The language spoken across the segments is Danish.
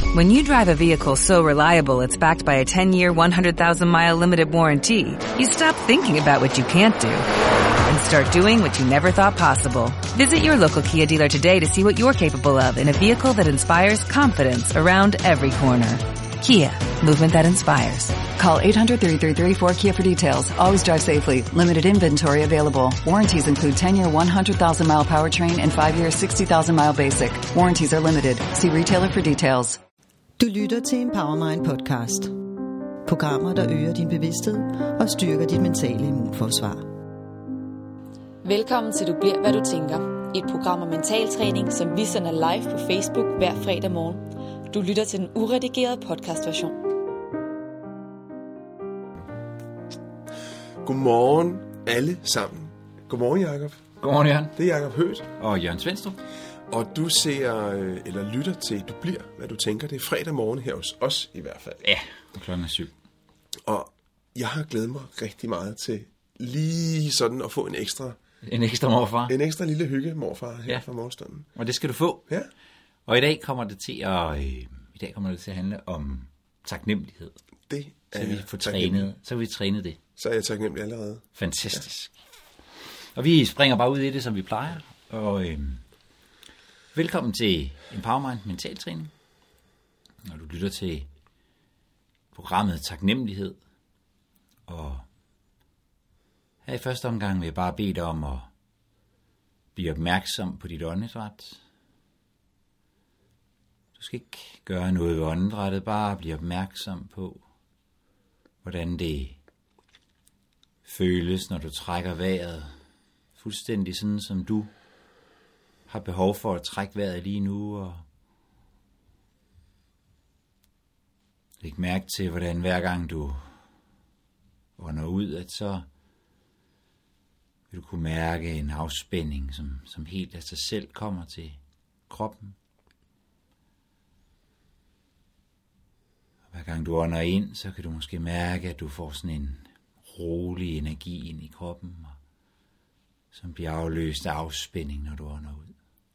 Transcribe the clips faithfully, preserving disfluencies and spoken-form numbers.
When you drive a vehicle so reliable it's backed by a ten-year, one hundred thousand mile limited warranty, you stop thinking about what you can't do and start doing what you never thought possible. Visit your local Kia dealer today to see what you're capable of in a vehicle that inspires confidence around every corner. Kia, movement that inspires. Call eight hundred, three three three, four K I A for details. Always drive safely. Limited inventory available. Warranties include ten-year, one hundred thousand mile powertrain and five-year, sixty thousand mile basic. Warranties are limited. See retailer for details. Du lytter til Empowermind podcast. Programmer, der øger din bevidsthed og styrker dit mentale immunforsvar. Velkommen til Du bliver, hvad du tænker. Et program om mentaltræning, som vi sender live på Facebook hver fredag morgen. Du lytter til den uredigerede podcastversion. Godmorgen alle sammen. Godmorgen, Jakob. Godmorgen, Jørgen. Det er Jakob Høth. Og Jørgen Svendstrup. Og du ser, eller lytter til, du bliver, hvad du tænker. Det er fredag morgen her hos os i hvert fald. Ja, klokken er syv. Og jeg har glædet mig rigtig meget til lige sådan at få en ekstra... En ekstra morfar. En ekstra lille hygge morfar her ja. fra morgenstunden. Og det skal du få. Ja. Og i dag kommer det til at, øh, i dag kommer det til at handle om taknemmelighed. Det er så vi får trænet, så vi trænet det. Så er jeg taknemmelig allerede. Fantastisk. Ja. Og vi springer bare ud i det, som vi plejer. Og øh, velkommen til Empowermind mentaltræning. Når du lytter til programmet Taknemmelighed. Og her i første omgang vil jeg bare bede dig om at blive opmærksom på dit åndedræt. Du skal ikke gøre noget ved åndedrættet, bare blive opmærksom på, hvordan det føles, når du trækker vejret. Fuldstændig sådan, som du har behov for at trække vejret lige nu. Og læg mærke til, hvordan hver gang du ånder ud, at så vil du kunne mærke en afspænding, som, som helt af sig selv kommer til kroppen. Og hver gang du ånder ind, så kan du måske mærke, at du får sådan en rolig energi ind i kroppen, og som bliver afløst af afspænding, når du ånder ud.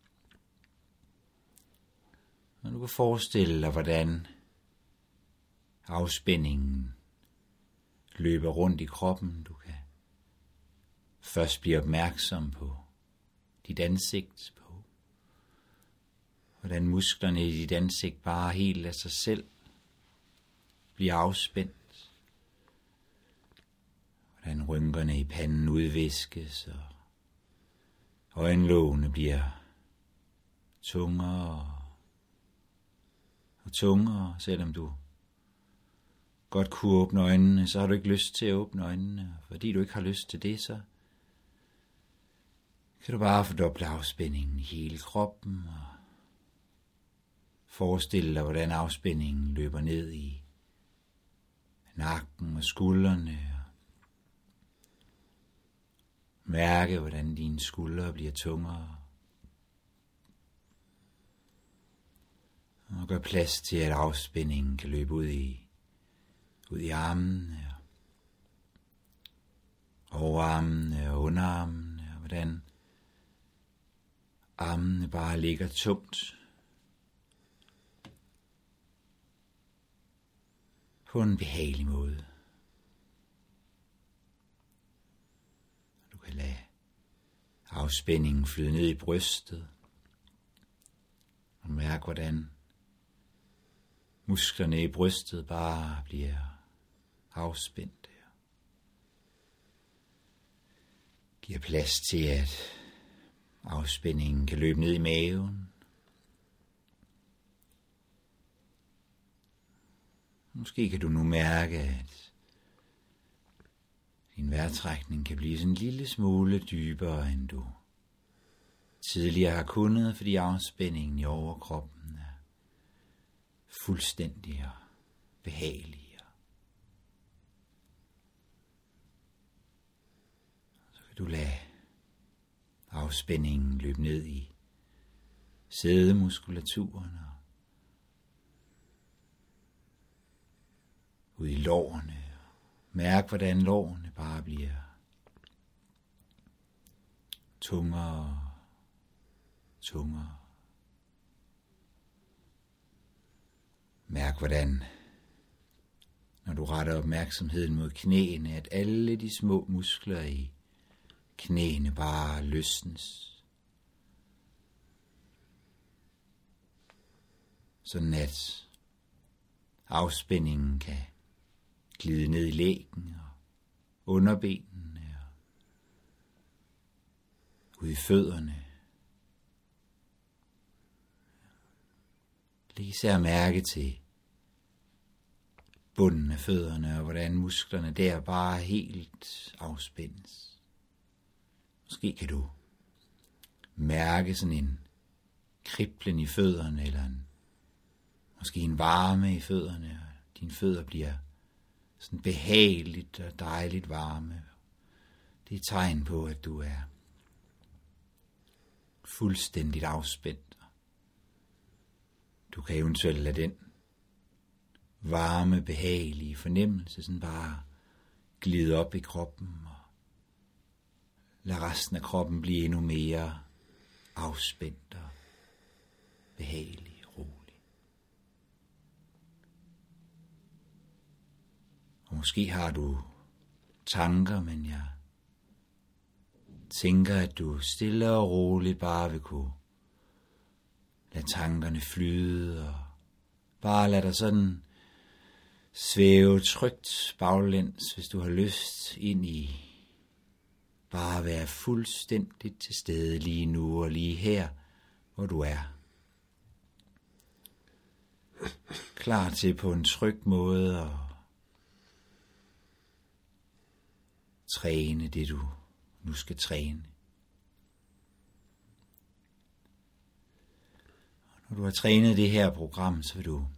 Og du kan forestille dig, hvordan afspændingen løber rundt i kroppen. Du kan først blive opmærksom på dit ansigt, på hvordan musklerne i dit ansigt bare helt af sig selv bliver afspændt. Hvordan rynkerne i panden udviskes, og øjenlågene bliver tungere og tungere. Selvom du godt kunne åbne øjnene, så har du ikke lyst til at åbne øjnene. Fordi du ikke har lyst til det, så kan du bare fordoble afspændingen i hele kroppen og forestille dig, hvordan afspændingen løber ned i nakken og skuldrene. Mærke, hvordan dine skuldre bliver tungere. Og gør plads til, at afspændingen kan løbe ud i, ud i armene, overarmene og underarmene, og hvordan armene bare ligger tungt på en behagelig måde. Du kan lade afspændingen flyde ned i brystet og mærke, hvordan musklerne i brystet bare bliver afspændte. Giver plads til, at afspændingen kan løbe ned i maven. Måske kan du nu mærke, at din vejrtrækning kan blive sådan en lille smule dybere, end du tidligere har kunnet, fordi afspændingen i overkroppen er fuldstændig og behagelig. Så kan du lade afspændingen løbe ned i sædemuskulaturen og ud i lårene. Mærk, hvordan lårene bare bliver tungere, tungere. Mærk hvordan, når du retter opmærksomheden mod knæene, at alle de små muskler i knæene bare løsnes. Sådan at afspændingen kan glide ned i læggen og underbenene og ud i fødderne. Læg især mærke til bunden af fødderne og hvordan musklerne der bare helt afspændes. Måske kan du mærke sådan en kriblen i fødderne eller en, måske en varme i fødderne, og dine fødder bliver sådan behageligt og dejligt varme. Det er et tegn på, at du er fuldstændigt afspændt. Du kan eventuelt lade den varme, behagelige fornemmelse sådan bare glide op i kroppen og lade resten af kroppen blive endnu mere afspændt og behagelig, rolig. Og måske har du tanker, men jeg tænker, at du stille og roligt bare vil kunne lade tankerne flyde og bare lade dig sådan svæve trygt baglæns, hvis du har lyst, ind i bare at være fuldstændigt til stede lige nu og lige her, hvor du er. Klar til på en tryg måde at træne det, du nu skal træne. Og når du har trænet det her program, så vil du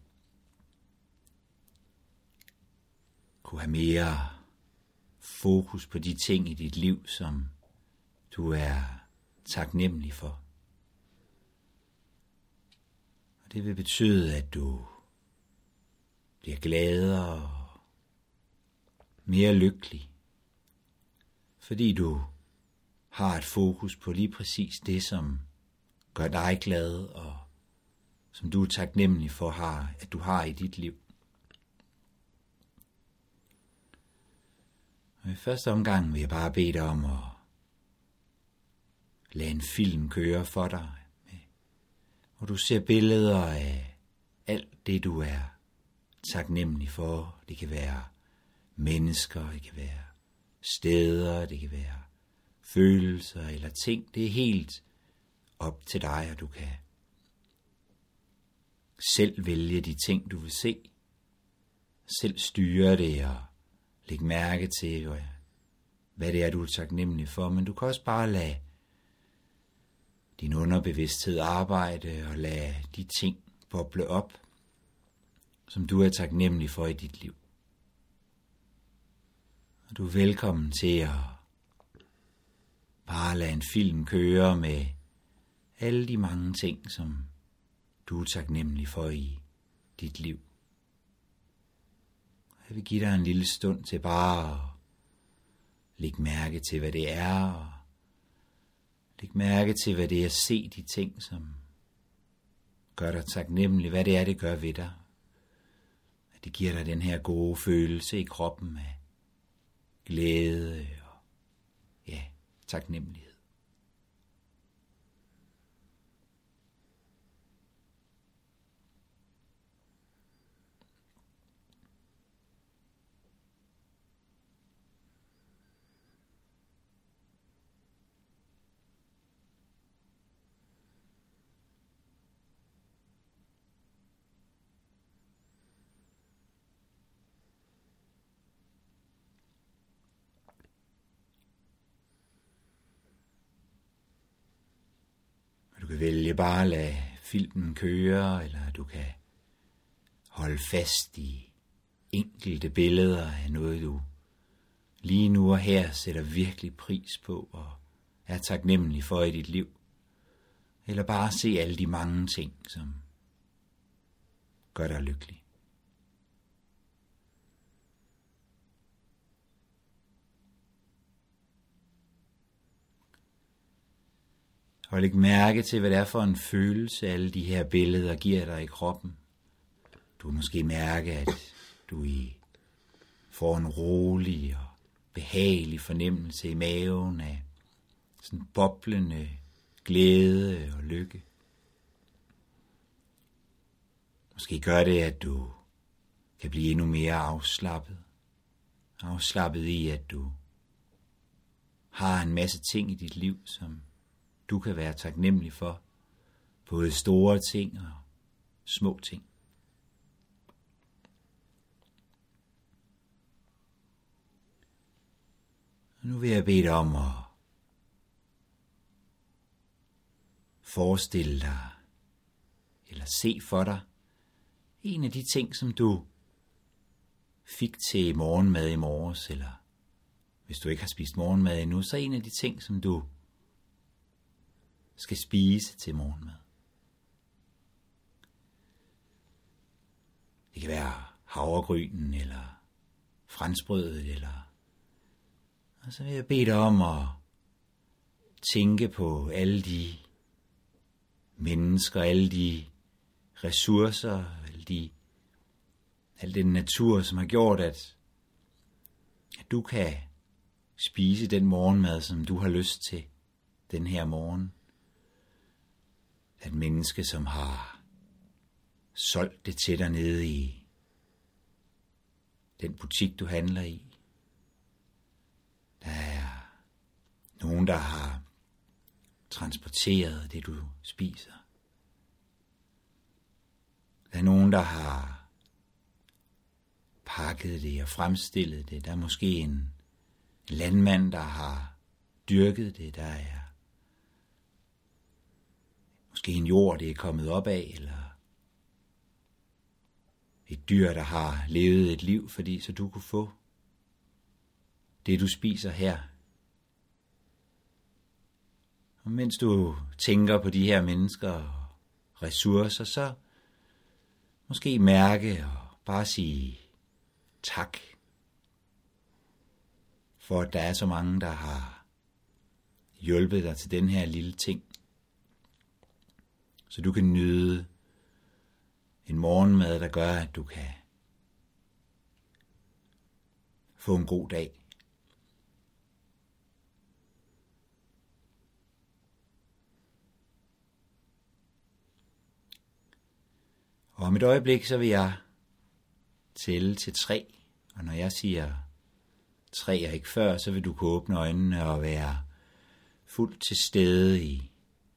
kunne have mere fokus på de ting i dit liv, som du er taknemmelig for. Og det vil betyde, at du bliver gladere og mere lykkelig, fordi du har et fokus på lige præcis det, som gør dig glad, og som du er taknemmelig for, har, at du har i dit liv. Og i første omgang vil jeg bare bede dig om at lade en film køre for dig, hvor du ser billeder af alt det, du er taknemmelig for. Det kan være mennesker, det kan være steder, det kan være følelser eller ting. Det er helt op til dig, og du kan selv vælge de ting, du vil se. Selv styre det og lægge mærke til, hvad det er, du er taknemmelig for. Men du kan også bare lade din underbevidsthed arbejde og lade de ting boble op, som du er taknemmelig for i dit liv. Og du er velkommen til at bare lade en film køre med alle de mange ting, som du er taknemmelig for i dit liv. Jeg vil give dig en lille stund til bare at lægge mærke til, hvad det er, og læg mærke til, hvad det er at se de ting, som gør dig taknemmelig, hvad det er, det gør ved dig. At det giver dig den her gode følelse i kroppen af glæde og ja, taknemmelighed. Du kan vælge bare at lade filmen køre, eller du kan holde fast i enkelte billeder af noget, du lige nu og her sætter virkelig pris på og er taknemmelig for i dit liv. Eller bare se alle de mange ting, som gør dig lykkelig. Og læg mærke til, hvad det er for en følelse, alle de her billeder giver dig i kroppen. Du Du kan måske mærke, at du i får en rolig og behagelig fornemmelse i maven af sådan boblende glæde og lykke. Måske gør det, at du kan blive endnu mere afslappet. Afslappet i, at du har en masse ting i dit liv, som du kan være taknemmelig for. Både store ting og små ting. Og nu vil jeg bede dig om at forestille dig, eller se for dig, en af de ting, som du fik til morgenmad i morges, eller hvis du ikke har spist morgenmad endnu, så en af de ting, som du skal spise til morgenmad. Det kan være havregrynen, eller franskbrødet, eller... Og så vil jeg bede dig om at tænke på alle de mennesker, alle de ressourcer, alle de, al den natur, som har gjort, at, at du kan spise den morgenmad, som du har lyst til den her morgen. Et menneske, som har solgt det til dig nede i den butik, du handler i. Der er nogen, der har transporteret det, du spiser. Der er nogen, der har pakket det og fremstillet det. Der er måske en landmand, der har dyrket det. Der er måske en jord, det er kommet op af, eller et dyr, der har levet et liv, fordi så du kunne få det, du spiser her. Og mens du tænker på de her mennesker og ressourcer, så måske mærke og bare sige tak for, at der er så mange, der har hjulpet dig til den her lille ting, så du kan nyde en morgenmad, der gør, at du kan få en god dag. Og om et øjeblik, så vil jeg tælle til tre, og når jeg siger tre og ikke før, så vil du kunne åbne øjnene og være fuldt til stede i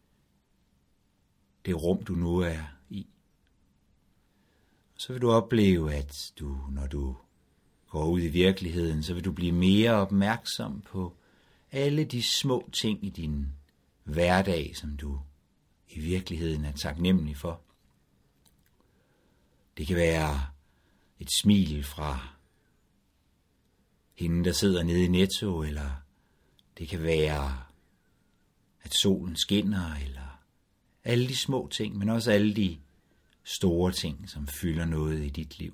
det rum, du nu er i. Så vil du opleve, at du, når du går ud i virkeligheden, så vil du blive mere opmærksom på alle de små ting i din hverdag, som du i virkeligheden er taknemmelig for. Det kan være et smil fra hende, der sidder nede i Netto, eller det kan være, at solen skinner, eller alle de små ting, men også alle de store ting, som fylder noget i dit liv.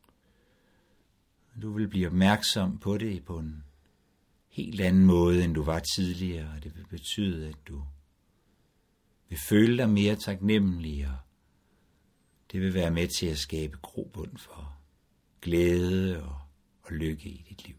Du vil blive opmærksom på det på en helt anden måde, end du var tidligere, og det vil betyde, at du vil føle dig mere taknemmelig, og det vil være med til at skabe grobund for glæde og, og lykke i dit liv.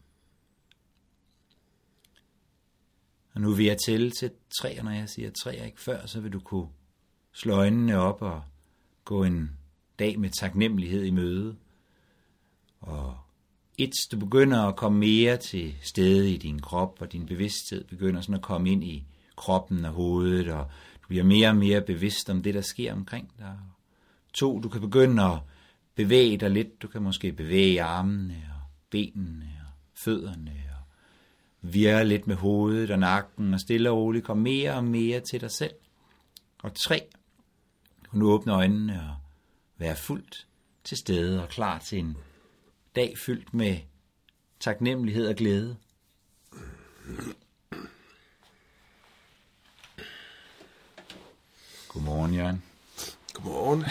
Og nu vil jeg tælle til tre, og når jeg siger tre og ikke før, så vil du kunne slå øjnene op og gå en dag med taknemmelighed i møde. Og et, du begynder at komme mere til stede i din krop, og din bevidsthed begynder sådan at komme ind i kroppen og hovedet, og du bliver mere og mere bevidst om det, der sker omkring dig. To, du kan begynde at bevæge dig lidt. Du kan måske bevæge armene og benene og fødderne og virre lidt med hovedet og nakken og stille og roligt komme mere og mere til dig selv. Og tre, du kan nu åbne øjnene og være fuldt til stede og klar til en dag fyldt med taknemmelighed og glæde. Godmorgen, Jørgen. Godmorgen.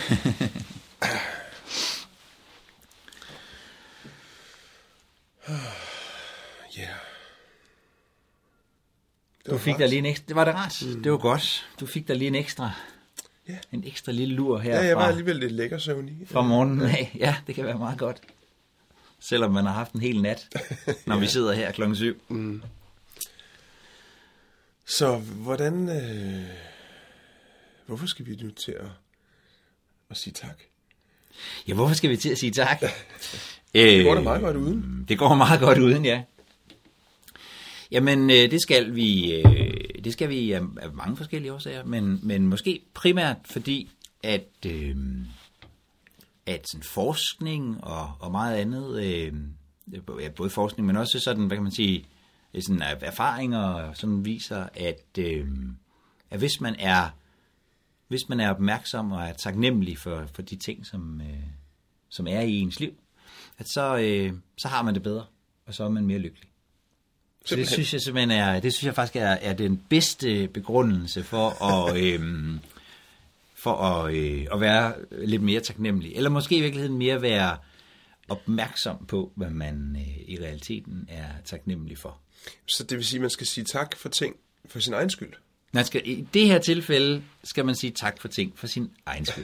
Ja. Yeah. Du fik dig lige en ekstra. Det var det ret. Mm. Det var godt. Du fik dig lige en ekstra. Ja. En ekstra lille lur her Ja, jeg var fra, alligevel lidt lækker søvnig. fra morgenen af. Ja, det kan være meget godt. Selvom man har haft en hel nat, når ja. vi sidder her klokken syv. Mm. Så hvordan... Øh, hvorfor skal vi nu til at, at sige tak? Ja, hvorfor skal vi til at sige tak? Det går da meget godt uden. Det går meget godt uden, ja. Jamen, det skal vi, det skal vi af mange forskellige årsager, men, men måske primært fordi, at, at sådan forskning og, og meget andet, både forskning, men også sådan, hvad kan man sige, sådan erfaringer, som viser, at, at hvis man er hvis man er opmærksom og er taknemmelig for, for de ting, som, som er i ens liv, at så, så har man det bedre, og så er man mere lykkelig. Så det synes jeg simpelthen er, det synes jeg faktisk er, er den bedste begrundelse for at, øhm, for at, øh, at være lidt mere taknemmelig. Eller måske i virkeligheden mere være opmærksom på, hvad man øh, i realiteten er taknemmelig for. Så det vil sige, at man skal sige tak for ting for sin egen skyld? Man skal, i det her tilfælde skal man sige tak for ting for sin egen skyld.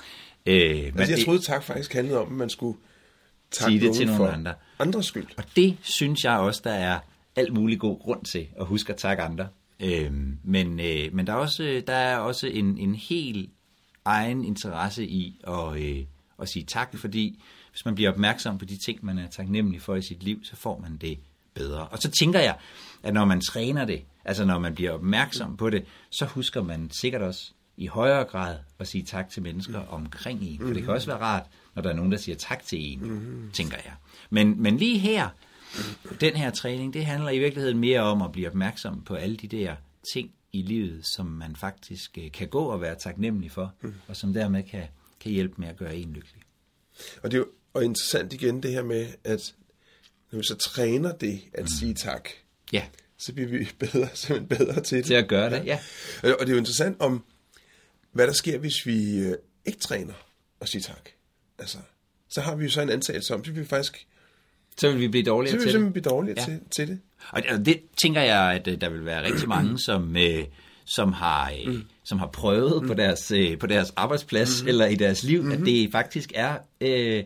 øh, altså, jeg troede tak faktisk handlede om, at man skulle takke det til nogle andre. Andres skyld. Og det synes jeg også, der er alt mulig god grund til at huske at takke andre. Øhm, men øh, men der er også, der er også en, en helt egen interesse i at, øh, at sige tak, fordi hvis man bliver opmærksom på de ting, man er taknemmelig for i sit liv, så får man det bedre. Og så tænker jeg, at når man træner det, altså når man bliver opmærksom på det, så husker man sikkert også i højere grad at sige tak til mennesker omkring en. For det kan også være rart, når der er nogen, der siger tak til en, mm-hmm. tænker jeg. Men, men lige her, den her træning, det handler i virkeligheden mere om at blive opmærksom på alle de der ting i livet, som man faktisk kan gå og være taknemmelig for, mm. og som dermed kan, kan hjælpe med at gøre en lykkelig. Og det er jo og interessant igen det her med, at når vi så træner det at mm. sige tak, ja. så bliver vi bedre, simpelthen bedre til det. Til at gøre det, ja. ja. Og det er jo interessant om, hvad der sker, hvis vi øh, ikke træner at sige tak. Altså, så har vi jo så en antagelse om, så vil vi faktisk... Så vil vi blive dårligere til det. Så vil vi simpelthen blive dårligere ja. til, til det. Og det, det tænker jeg, at der vil være rigtig mange, som, øh, som, har, øh, mm. som har prøvet mm. på, deres, øh, på deres arbejdsplads mm. eller i deres liv, mm. at det faktisk er øh,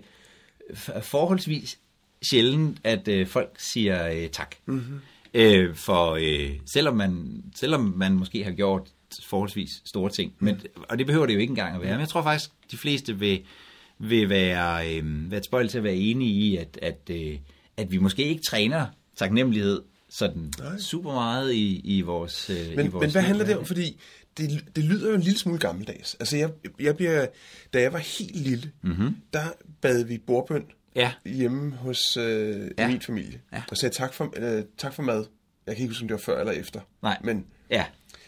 forholdsvis sjældent, at øh, folk siger øh, tak. Mm-hmm. Øh, for øh, selvom, man, selvom man måske har gjort forholdsvis store ting, mm. men, og det behøver det jo ikke engang at være, men jeg tror faktisk, de fleste vil... vil være, øh, være tilbøjelige til at være enige i, at, at, øh, at vi måske ikke træner taknemmelighed sådan Nej. super meget i, i vores øh, men, i vores men hvad handler det om? Fordi det, det lyder jo en lille smule gammeldags. Altså, jeg, jeg bliver, da jeg var helt lille, mm-hmm. der bad vi bordbøn ja. hjemme hos øh, ja. min familie. Ja. Og sagde tak for, øh, tak for mad. Jeg kan ikke huske, om det var før eller efter. Nej. Men, ja.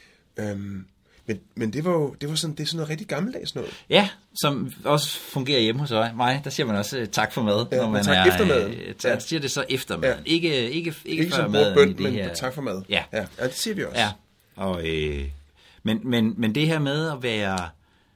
øhm, Men, men det var jo det var sådan, det er sådan noget rigtig gammeldags noget. Ja, som også fungerer hjemme hos mig. Der siger man også uh, tak for mad, ja, når man tak er efter maden. Uh, ja. siger det så efter maden. Ja. Ikke ikke ikke, ikke før som maden bordbøn, i det men her. tak for mad. Ja. Ja, ja, det siger vi også. Ja. Og øh, men men men det her med at være,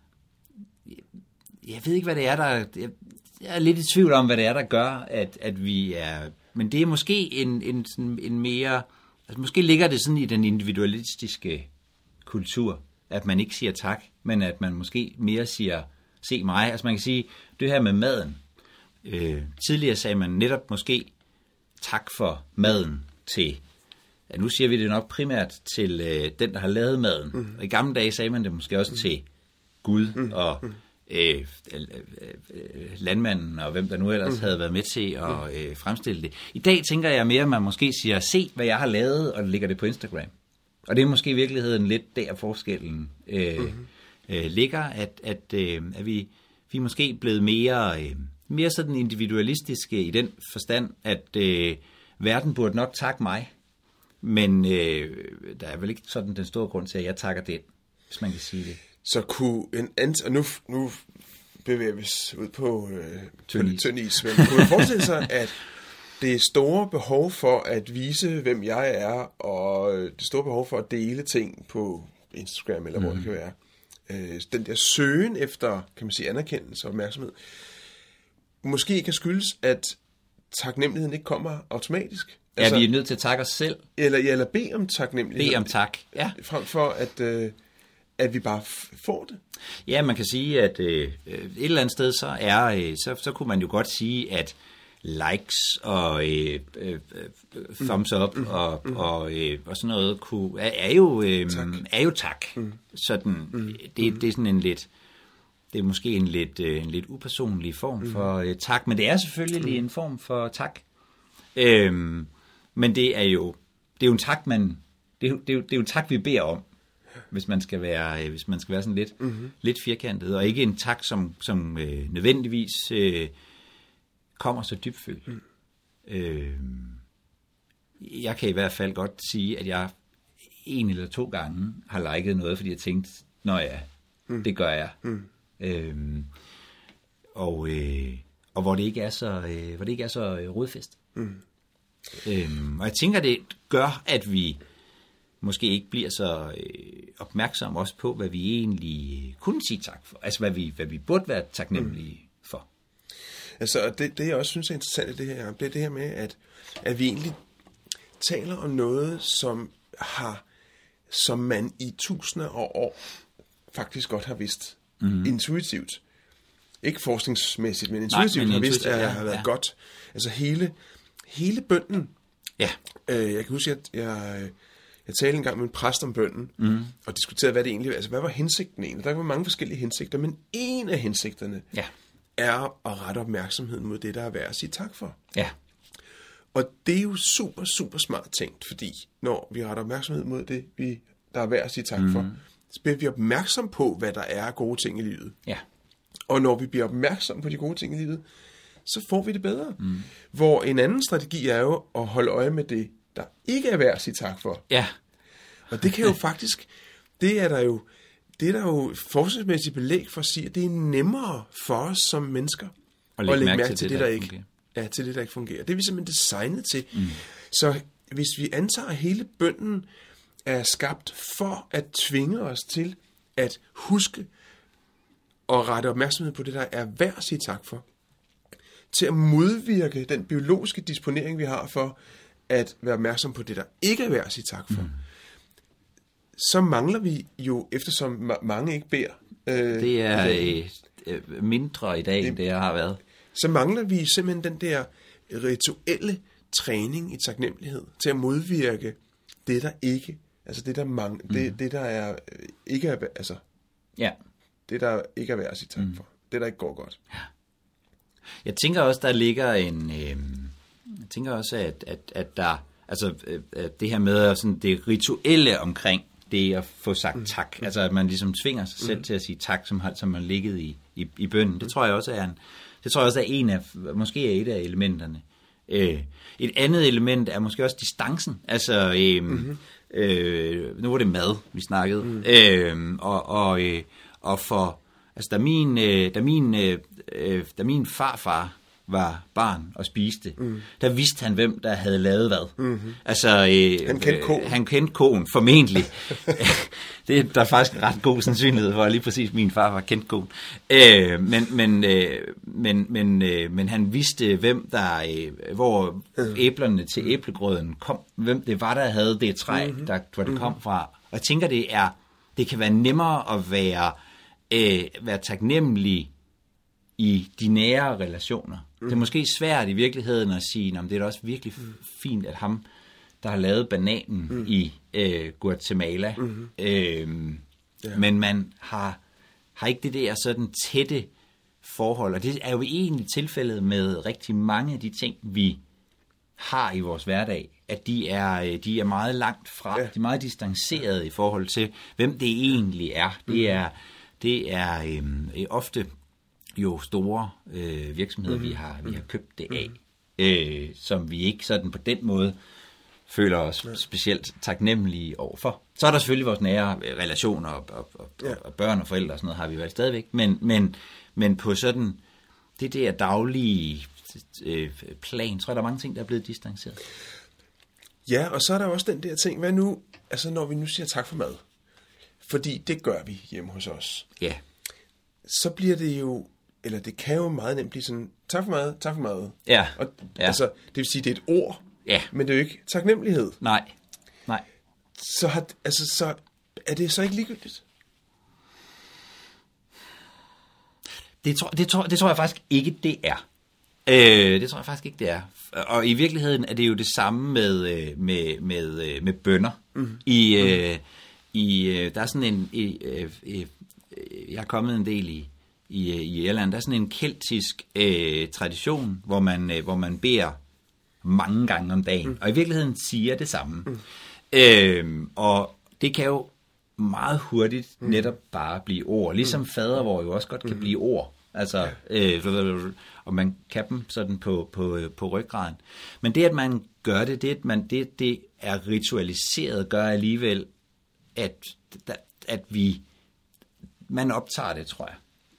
jeg ved ikke hvad det er der, jeg, jeg er lidt i tvivl om hvad det er der gør at at vi er, men det er måske en en sådan en mere, altså måske ligger det sådan i den individualistiske kultur, at man ikke siger tak, men at man måske mere siger, se mig. Altså man kan sige, det her med maden. Øh, tidligere sagde man netop måske tak for maden til, ja, nu siger vi det nok primært til øh, den, der har lavet maden. Mm. Og i gamle dage sagde man det måske også mm. til Gud mm. og øh, øh, øh, landmanden og hvem der nu ellers mm. havde været med til at øh, fremstille det. I dag tænker jeg mere, at man måske siger, se hvad jeg har lavet, og lægger det på Instagram. Og det er måske i virkeligheden lidt der forskellen øh, mm-hmm. øh, ligger, at, at, øh, at vi, vi er måske blevet mere, øh, mere sådan individualistiske i den forstand, at øh, verden burde nok takke mig, men øh, der er vel ikke sådan den store grund til, at jeg takker den, hvis man kan sige det. Så kunne en anden, og nu, nu bevæger vi os ud på øh, tynd is, men kunne man forestille sig, at det store behov for at vise, hvem jeg er, og det store behov for at dele ting på Instagram, eller mm. hvor det kan være. Øh, den der søgen efter, kan man sige, anerkendelse og opmærksomhed, måske kan skyldes, at taknemmeligheden ikke kommer automatisk. Ja, altså, vi er nødt til at takke os selv. Eller, ja, eller bede om taknemmelighed. Bede om tak, ja. Frem for at, øh, at vi bare f- får det. Ja, man kan sige, at øh, et eller andet sted, så, er, øh, så, så kunne man jo godt sige, at likes og øh, øh, thumbs up mm. og, mm. og, øh, og sådan noget kunne, er, er, jo, øh, tak. er jo tak. Mm. Sådan, mm. det, det er sådan en lidt, det er måske en lidt, øh, en lidt upersonlig form mm. for øh, tak, men det er selvfølgelig mm. en form for tak. Øhm, men det er jo, det er jo en tak, man, det er jo, det er jo, det er jo en tak, vi beder om, hvis man skal være, øh, hvis man skal være sådan lidt, mm-hmm. lidt firkantet, og ikke en tak, som, som øh, nødvendigvis øh, kommer så dybfølt. Mm. Øh, jeg kan i hvert fald godt sige, at jeg en eller to gange har liket noget, fordi jeg tænkte, nå ja, mm. det gør jeg. Mm. Øh, og, øh, og hvor det ikke er så, øh, hvor det ikke er så øh, rodfæst. Mm. Øh, og jeg tænker, det gør, at vi måske ikke bliver så øh, opmærksomme også på, hvad vi egentlig kunne sige tak for. Altså, hvad vi, hvad vi burde være taknemmelige mm. for. Altså, det, det jeg også synes er interessant i det her, det er det her med, at, at vi egentlig taler om noget, som har, som man i tusinder af år faktisk godt har vidst. Mm. Intuitivt. Ikke forskningsmæssigt, men intuitivt Nej, men har vidst, at det har været ja. godt. Altså, hele, hele bønnen. Ja. Øh, jeg kan huske, at jeg... Jeg talte engang med en præst om bønnen, mm. og diskuterede, hvad det egentlig var. Altså, hvad var hensigten egentlig? Der var mange forskellige hensigter, men en af hensigterne ja. er at rette opmærksomheden mod det, der er værd at sige tak for. Ja. Og det er jo super, super smart tænkt, fordi når vi retter opmærksomhed mod det, vi, der er værd at sige tak mm. for, så bliver vi opmærksom på, hvad der er gode ting i livet. Ja. Og når vi bliver opmærksom på de gode ting i livet, så får vi det bedre. Mm. Hvor en anden strategi er jo at holde øje med det, der ikke er værd at sige tak for. Ja. Og det kan jo faktisk, det er der jo, det er der jo forskningsmæssigt belæg for at sige, at det er nemmere for os som mennesker at lægge, at lægge mærke, mærke til, til det, der, der ikke, ja, til det, der ikke fungerer. Det er vi simpelthen designet til. Mm. Så hvis vi antager, at hele bønnen er skabt for at tvinge os til at huske og rette opmærksomhed på det, der er værd at sige tak for, til at modvirke den biologiske disponering, vi har for at være opmærksom på det, der ikke er værd at sige tak for, mm. så mangler vi jo, eftersom mange ikke beder. Øh, det er øh, mindre i dag, end det jeg har været. Så mangler vi simpelthen den der rituelle træning i taknemmelighed, til at modvirke det, der ikke, altså det, der, mang, mm. det, det, der er, ikke er, altså, ja. det, der ikke er værd at sige tak mm. for. Det, der ikke går godt. Ja. Jeg tænker også, der ligger en... Øh, Jeg tænker også, at, at, at der, altså at det her med sådan det rituelle omkring det at få sagt mm. tak, mm. altså at man ligesom tvinger sig selv mm. til at sige tak, som har, som har ligget i, i, i bønnen. Det tror jeg også er en, det tror jeg også er en af, måske er et af elementerne. Øh, et andet element er måske også distancen. Altså, øh, mm-hmm. øh, nu var det mad, vi snakkede, mm. øh, og og øh, og for, altså da min, øh, da min, øh, da min farfar var barn og spiste, mm. der vidste han, hvem der havde lavet hvad. Mm-hmm. Altså, øh, han kendte koen. Han kendte koen, formentlig. Det er der er faktisk en ret god sandsynlighed for, at lige præcis min far var kendt koen. Øh, men, men, øh, men, men, øh, men han vidste, hvem der, øh, hvor æblerne til æblegrøden kom, hvem det var, der havde det træ, mm-hmm. der, hvor det kom fra. Og jeg tænker, det er, det kan være nemmere at være, øh, være taknemmelig i de nære relationer. Mm. Det er måske svært i virkeligheden at sige, at det er da også virkelig fint, at ham, der har lavet bananen mm. i øh, Guatemala, mm-hmm. øh, ja. men man har, har ikke det der sådan tætte forhold, og det er jo egentlig tilfældet med rigtig mange af de ting, vi har i vores hverdag, at de er, de er meget langt fra, ja. de er meget distancerede i forhold til, hvem det egentlig er. Mm. Det er, det er øh, ofte jo store øh, virksomheder, mm-hmm. vi har vi har købt det af, mm-hmm. øh, som vi ikke sådan på den måde føler os ja. specielt taknemmelige overfor. Så er der selvfølgelig vores nære relationer og, og, og, ja. og børn og forældre og sådan noget har vi vel stadigvæk, men, men, men på sådan det der daglige øh, plan, tror jeg, der er mange ting, der er blevet distanceret. Ja, og så er der også den der ting, hvad nu, altså når vi nu siger tak for mad, fordi det gør vi hjemme hos os. Ja. Så bliver det jo, eller det kan jo meget nemt blive sådan, tak for mad, tak for mad. Ja. Og, ja. Altså, det vil sige, det er et ord, ja. men det er jo ikke taknemmelighed. Nej, nej. Så, har, altså, så er det så ikke ligegyldigt? Det tror, det, tror, det tror jeg faktisk ikke, det er. Øh, det tror jeg faktisk ikke, det er. Og i virkeligheden er det jo det samme med, med, med, med bønner. Mm. I, øh, i, der er sådan en... I, øh, øh, jeg er kommet en del i, i, i Irland. Der er sådan en keltisk øh, tradition, hvor man, øh, hvor man beder mange gange om dagen. Mm. Og i virkeligheden siger det samme. Mm. Øh, og det kan jo meget hurtigt mm. netop bare blive ord. Ligesom fadervor jo også godt kan mm. blive ord. Altså, øh, og man kan dem sådan på, på, på ryggraden. Men det, at man gør det, det, at man, det, det er ritualiseret, gør alligevel, at, at vi, man optager det, tror jeg.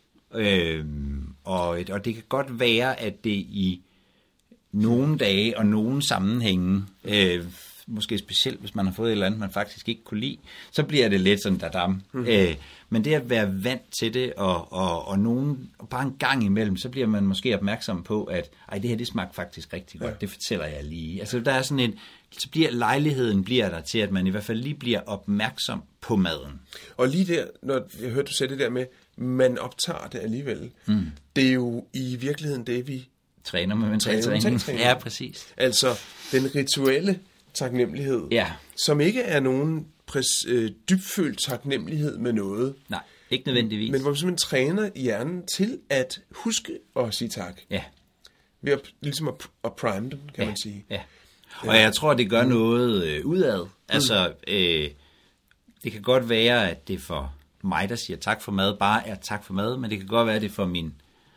Øh, og, og det kan godt være, at det i nogle dage og nogle sammenhænge, øh, måske specielt hvis man har fået et eller andet, man faktisk ikke kunne lide, så bliver det lidt sådan dadam. Mm-hmm. Øh, men det at være vant til det, og, og, og, nogen, og bare en gang imellem, så bliver man måske opmærksom på, at ej, det her det smagte faktisk rigtig godt, ja. Det fortæller jeg lige. Altså der er sådan en, så bliver lejligheden bliver der til, at man i hvert fald lige bliver opmærksom på maden. Og lige der, når jeg hørte du sige det der med, man optager det alligevel, mm. det er jo i virkeligheden det, vi træner med mentaltræning. Ja, præcis. Altså den rituelle taknemmelighed, ja. Som ikke er nogen præs, øh, dybfølt taknemmelighed med noget. Nej, ikke nødvendigvis. Men hvor man simpelthen træner hjernen til at huske at sige tak. Ja. Ved at, ligesom at, at prime dem, kan ja. Man sige. Ja. Og jeg tror, det gør noget øh, udad. Altså, øh, det kan godt være, at det for mig, der siger tak for mad, bare er tak for mad, men det kan godt være, at det for min,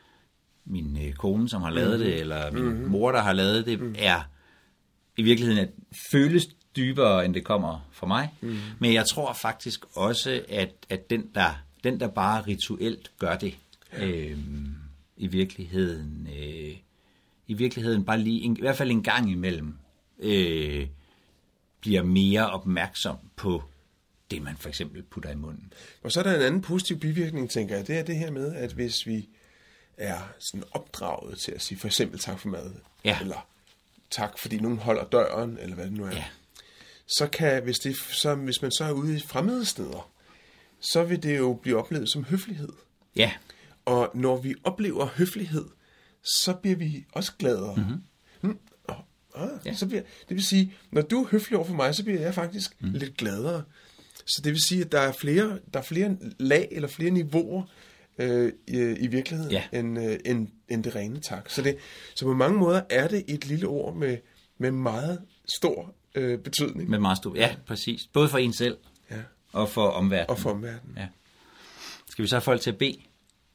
min øh, kone, som har lavet mm-hmm. det, eller min mm-hmm. mor, der har lavet det, mm. er i virkeligheden at føles dybere, end det kommer fra mig. Mm. Men jeg tror faktisk også, at, at den, der, den, der bare rituelt gør det, ja. øh, i virkeligheden, øh, i virkeligheden bare lige, en, i hvert fald en gang imellem, øh, bliver mere opmærksom på det, man for eksempel putter i munden. Og så er der en anden positiv bivirkning, tænker jeg, det er det her med, at hvis vi er sådan opdraget til at sige for eksempel tak for mad, ja. Eller tak, fordi nogen holder døren, eller hvad det nu er. Ja. Så kan, hvis, det, så, hvis man så er ude i fremmede steder, så vil det jo blive oplevet som høflighed. Ja. Og når vi oplever høflighed, så bliver vi også gladere. Mm-hmm. Mm. Oh, ah, ja. Så bliver, det vil sige, når du er høflig over for mig, så bliver jeg faktisk mm. lidt gladere. Så det vil sige, at der er flere, der er flere lag eller flere niveauer øh, i, i virkeligheden, ja. end, øh, end, end det rene tak. Så, det, så på mange måder er det et lille ord med, med meget stor øh, betydning. Med meget stor, ja, præcis. Både for en selv, ja. Og for omverdenen. Og for omverdenen. Ja. Skal vi så have folk til at bede?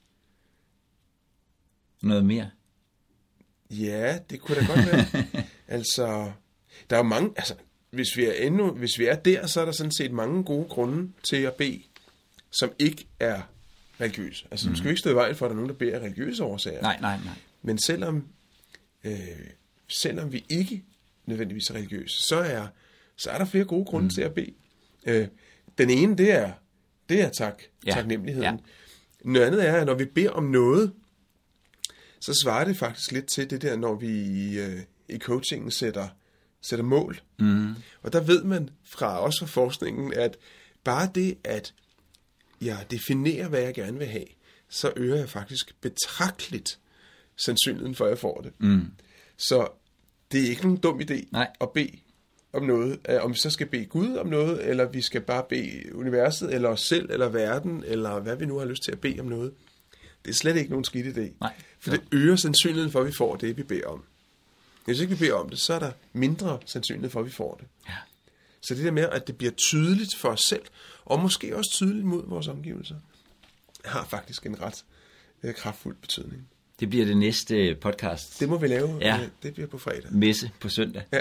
Noget mere? Ja, det kunne da godt være. Altså, der er jo mange, altså, hvis vi er endnu, hvis vi er der, så er der sådan set mange gode grunde til at bede, som ikke er religiøse. Altså, mm. du skal jo ikke stå i vejen for, at der er nogen, der beder af religiøse årsager. Nej, nej, nej. Men selvom, øh, selvom vi ikke nødvendigvis er religiøse, så er, så er der flere gode grunde mm. til at bede. Øh, den ene, det er, det er tak, ja. Taknemmeligheden. Ja. Noget andet er, at når vi beder om noget, så svarer det faktisk lidt til det der, når vi i, øh, i coachingen sætter, sætter mål. Mm. Og der ved man fra også fra forskningen, at bare det, at jeg definerer, hvad jeg gerne vil have, så øger jeg faktisk betragteligt sandsynligheden for, at jeg får det. Mm. Så det er ikke nogen dum idé Nej. At bede om noget. Om vi så skal bede Gud om noget, eller vi skal bare bede universet, eller os selv, eller verden, eller hvad vi nu har lyst til at bede om noget. Det er slet ikke nogen skidt idé. Nej. For det øger sandsynligheden for, at vi får det, vi beder om. Hvis ikke vi beder om det, så er der mindre sandsynlighed for, at vi får det. Ja. Så det der med, at det bliver tydeligt for os selv, og måske også tydeligt mod vores omgivelser, har faktisk en ret øh, kraftfuld betydning. Det bliver det næste podcast. Det må vi lave. Ja. Det bliver på fredag. Messe på søndag. Ja.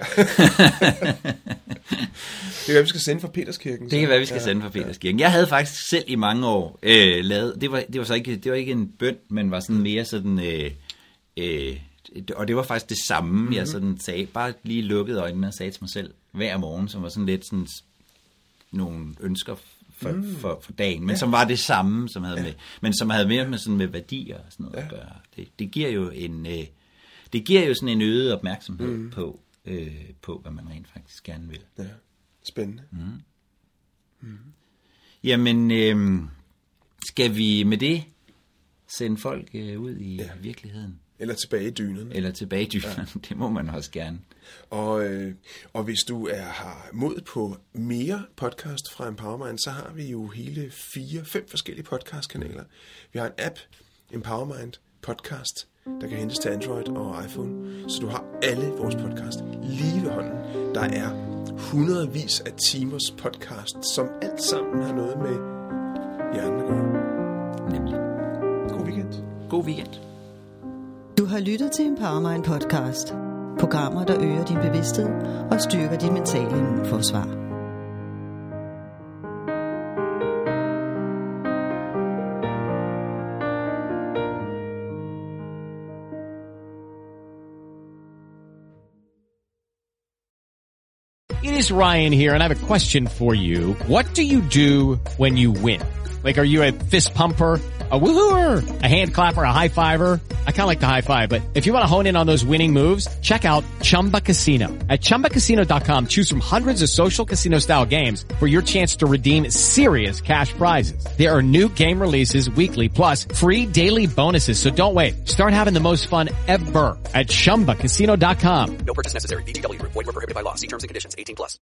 Det kan være, vi skal sende fra Peterskirken. Så. Det kan være, vi skal ja. Sende fra Peterskirken. Jeg havde faktisk selv i mange år øh, lavet, det var, det var så ikke, det var ikke en bøn, men var sådan mere sådan, øh, øh, og det var faktisk det samme, mm-hmm. jeg sådan sagde, bare lige lukkede øjnene og sagde til mig selv hver morgen, som var sådan lidt sådan nogle ønsker for, mm. for, for dagen, men ja. Som var det samme, som havde ja. Med, men som havde mere med sådan med værdier og sådan noget ja. At gøre. Det, det giver jo en, øh, det giver jo sådan en øget opmærksomhed mm. på, øh, på hvad man rent faktisk gerne vil. Ja. Spændende. Mm. Mm. Jamen, øh, skal vi med det sende folk øh, ud i Ja. virkeligheden. Eller tilbage i dynerne. Eller tilbage i dynerne, ja. Det må man også gerne. Og, øh, og hvis du er, har mod på mere podcast fra Empowermind, så har vi jo hele fire, fem forskellige podcastkanaler. Vi har en app, Empowermind Podcast, der kan hentes til Android og iPhone. Så du har alle vores podcast lige ved hånden. Der er hundredvis af timers podcast, som alt sammen har noget med hjernen at gøre. Nemlig. God weekend. God weekend. Du har lyttet til Empowermind Podcast. Programmer, der øger din bevidsthed og styrker dit mentale immunforsvar. It is Ryan here, and I have a question for you. What do you do when you win? Like, are you a fist pumper, a woohooer, a hand clapper, a high fiver? I kind of like the high five, but if you want to hone in on those winning moves, check out Chumba Casino. At chumba casino dot com, choose from hundreds of social casino style games for your chance to redeem serious cash prizes. There are new game releases weekly, plus free daily bonuses. So don't wait. Start having the most fun ever at chumba casino dot com. No purchase necessary. V G W Group. Void where prohibited by law. See terms and conditions. eighteen plus.